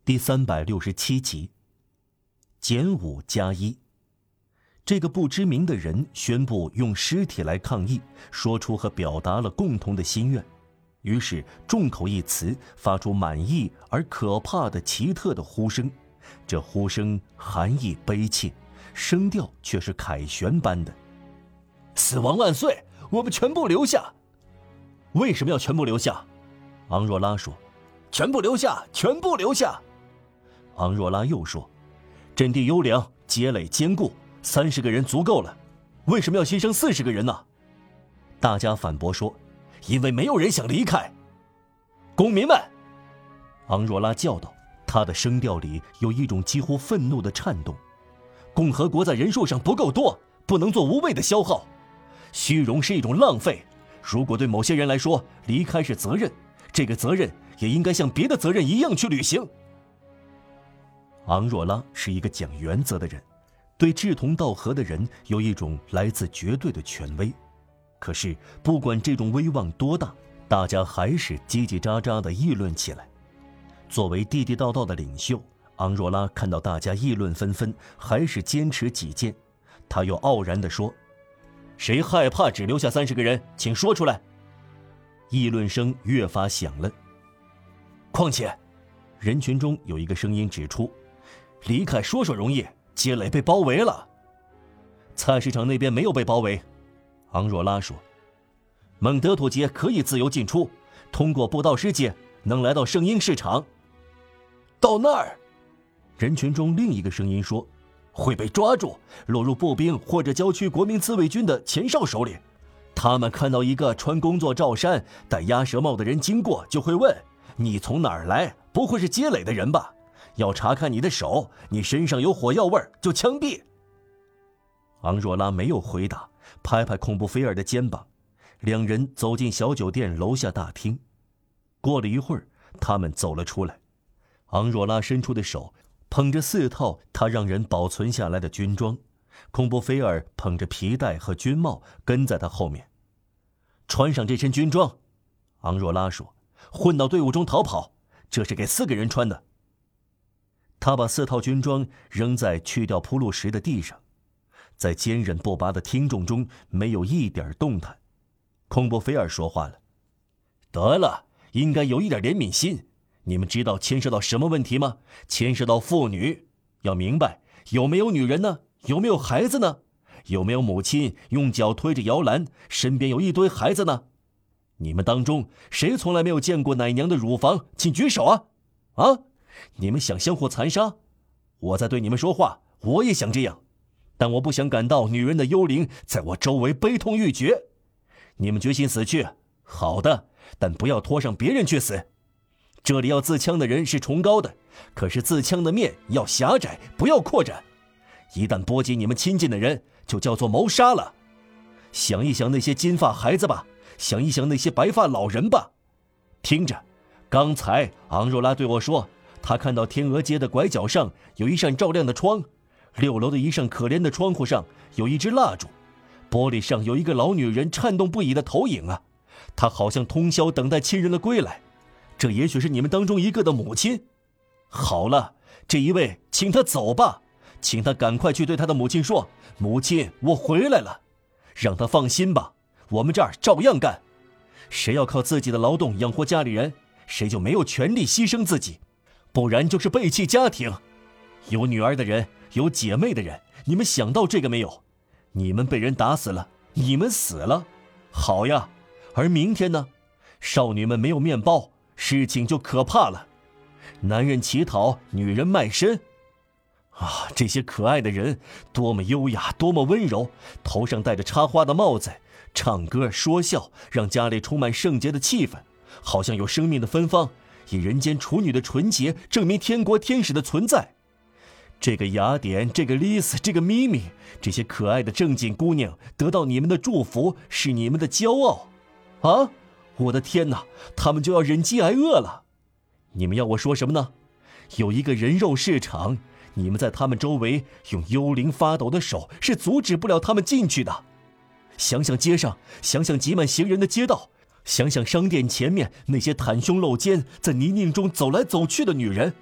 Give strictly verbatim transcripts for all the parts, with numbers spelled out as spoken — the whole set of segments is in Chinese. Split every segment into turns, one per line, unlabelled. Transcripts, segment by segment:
第三百六十七集，减五加一。这个不知名的人宣布用尸体来抗议，说出和表达了共同的心愿。于是众口一词，发出满意而可怕的奇特的呼声。这呼声含义悲切，声调却是凯旋般的。死亡万岁！我们全部留下。为什么要全部留下？昂若拉说。全部留下，全部留下。昂若拉又说，阵地优良，街垒坚固，三十个人足够了，为什么要牺牲四十个人呢？大家反驳说，因为没有人想离开。公民们，昂若拉叫道，他的声调里有一种几乎愤怒的颤动。共和国在人数上不够多，不能做无谓的消耗。虚荣是一种浪费，如果对某些人来说，离开是责任，这个责任也应该像别的责任一样去履行。昂若拉是一个讲原则的人，对志同道合的人有一种来自绝对的权威。可是不管这种威望多大，大家还是叽叽喳喳地议论起来。作为地地道道的领袖，昂若拉看到大家议论纷纷，还是坚持己见。他又傲然地说，谁害怕只留下三十个人，请说出来。议论声越发响了。况且人群中有一个声音指出，离开说说容易，街垒被包围了。菜市场那边没有被包围，昂若拉说，蒙德图街可以自由进出，通过布道师街能来到圣婴市场。到那儿，人群中另一个声音说，会被抓住，落入步兵或者郊区国民自卫军的前哨手里。他们看到一个穿工作罩衫戴鸭舌帽的人经过，就会问，你从哪儿来？不会是街垒的人吧？要查看你的手，你身上有火药味就枪毙。昂若拉没有回答，拍拍孔布菲尔的肩膀。两人走进小酒店楼下大厅。过了一会儿，他们走了出来。昂若拉伸出的手捧着四套他让人保存下来的军装，孔布菲尔捧着皮带和军帽跟在他后面。穿上这身军装，昂若拉说，混到队伍中逃跑，这是给四个人穿的。他把四套军装扔在去掉铺路石的地上，在坚韧不拔的听众中没有一点动弹。孔布菲尔说话了，得了，应该有一点怜悯心。你们知道牵涉到什么问题吗？牵涉到妇女。要明白，有没有女人呢？有没有孩子呢？有没有母亲用脚推着摇篮，身边有一堆孩子呢？你们当中谁从来没有见过奶娘的乳房？请举手啊！啊，你们想相互残杀？我在对你们说话，我也想这样，但我不想感到女人的幽灵在我周围悲痛欲绝。你们决心死去，好的，但不要拖上别人去死。这里要自枪的人是崇高的，可是自枪的面要狭窄，不要扩展。一旦波及你们亲近的人，就叫做谋杀了。想一想那些金发孩子吧，想一想那些白发老人吧。听着，刚才昂若拉对我说，他看到天鹅街的拐角上有一扇照亮的窗，六楼的一扇可怜的窗户上有一支蜡烛，玻璃上有一个老女人颤动不已的投影啊，她好像通宵等待亲人的归来。这也许是你们当中一个的母亲。好了，这一位，请他走吧，请他赶快去对他的母亲说，母亲，我回来了。让他放心吧，我们这儿照样干。谁要靠自己的劳动养活家里人，谁就没有权利牺牲自己，不然就是背弃家庭。有女儿的人，有姐妹的人，你们想到这个没有？你们被人打死了，你们死了，好呀。而明天呢？少女们没有面包，事情就可怕了。男人乞讨，女人卖身。啊，这些可爱的人，多么优雅，多么温柔，头上戴着插花的帽子，唱歌说笑，让家里充满圣洁的气氛，好像有生命的芬芳，以人间处女的纯洁证明天国天使的存在。这个雅典，这个丽丝，这个咪咪，这些可爱的正经姑娘得到你们的祝福，是你们的骄傲。啊，我的天哪，他们就要忍饥挨饿了。你们要我说什么呢？有一个人肉市场，你们在他们周围用幽灵发抖的手是阻止不了他们进去的。想想街上，想想挤满行人的街道，想想商店前面那些袒胸露肩在泥泞中走来走去的女人，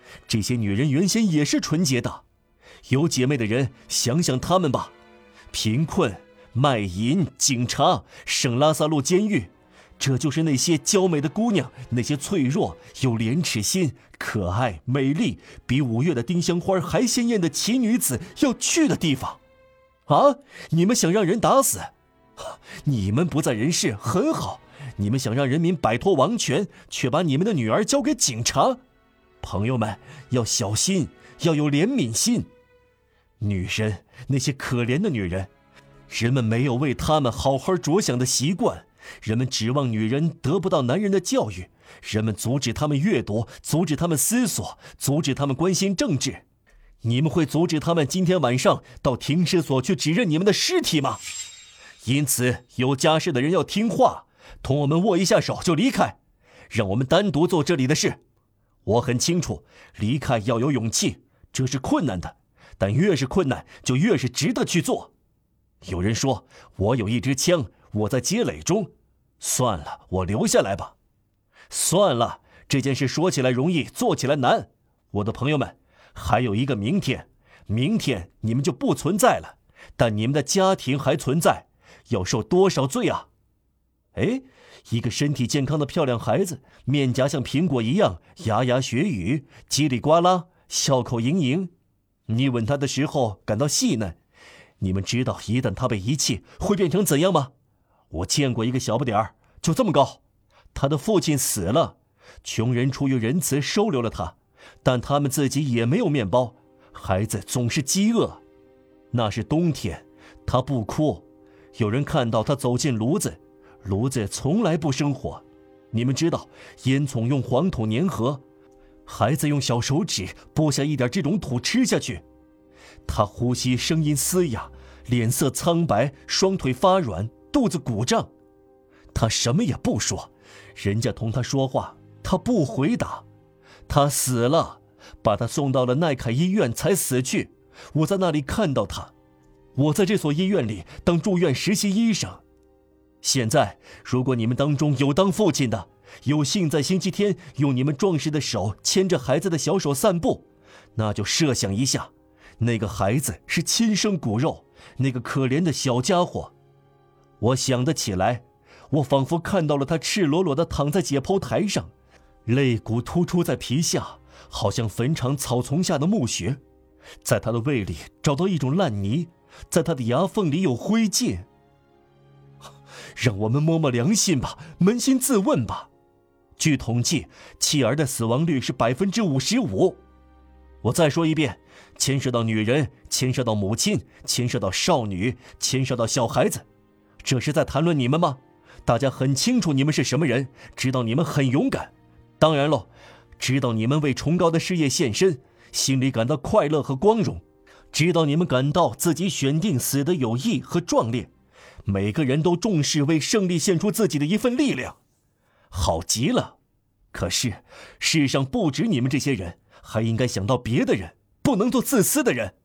这些女人原先也是纯洁的。有姐妹的人，想想她们吧：贫困、卖淫、警察、圣拉萨路监狱，这就是那些娇美的姑娘，那些脆弱、有廉耻心、可爱、美丽，比五月的丁香花还鲜艳的奇女子要去的地方。啊！你们想让人打死？你们不在人世很好，你们想让人民摆脱王权，却把你们的女儿交给警察。朋友们，要小心，要有怜悯心。女人，那些可怜的女人，人们没有为她们好好着想的习惯，人们指望女人得不到男人的教育，人们阻止她们阅读，阻止她们思索，阻止她们关心政治。你们会阻止他们今天晚上到停尸所去指认你们的尸体吗？因此，有家室的人要听话，同我们握一下手就离开，让我们单独做这里的事。我很清楚，离开要有勇气，这是困难的，但越是困难，就越是值得去做。有人说，我有一支枪，我在街垒中。算了，我留下来吧。算了，这件事说起来容易，做起来难。我的朋友们，还有一个明天，明天你们就不存在了，但你们的家庭还存在，要受多少罪啊？哎，一个身体健康的漂亮孩子，面颊像苹果一样，牙牙学语，叽里呱啦，笑口盈盈。你吻他的时候感到细嫩。你们知道一旦他被遗弃会变成怎样吗？我见过一个小不点儿，就这么高，他的父亲死了，穷人出于仁慈收留了他，但他们自己也没有面包，孩子总是饥饿。那是冬天，他不哭。有人看到他走进炉子，炉子从来不生火。你们知道，烟囱用黄土粘合，孩子用小手指剥下一点这种土吃下去。他呼吸声音嘶哑，脸色苍白，双腿发软，肚子鼓胀。他什么也不说，人家同他说话，他不回答。他死了，把他送到了奈凯医院才死去。我在那里看到他，我在这所医院里当住院实习医生。现在，如果你们当中有当父亲的，有幸在星期天用你们壮实的手牵着孩子的小手散步，那就设想一下，那个孩子是亲生骨肉，那个可怜的小家伙。我想得起来，我仿佛看到了他赤裸裸地躺在解剖台上，肋骨突出在皮下，好像坟场草丛下的墓穴。在他的胃里找到一种烂泥，在他的牙缝里有灰烬。让我们摸摸良心吧，扪心自问吧。据统计，弃儿的死亡率是百分之五十五。我再说一遍，牵涉到女人，牵涉到母亲，牵涉到少女，牵涉到小孩子。这是在谈论你们吗？大家很清楚你们是什么人，知道你们很勇敢。当然喽，知道你们为崇高的事业献身，心里感到快乐和光荣，知道你们感到自己选定死的有益和壮烈。每个人都重视为胜利献出自己的一份力量，好极了。可是世上不止你们这些人，还应该想到别的人，不能做自私的人。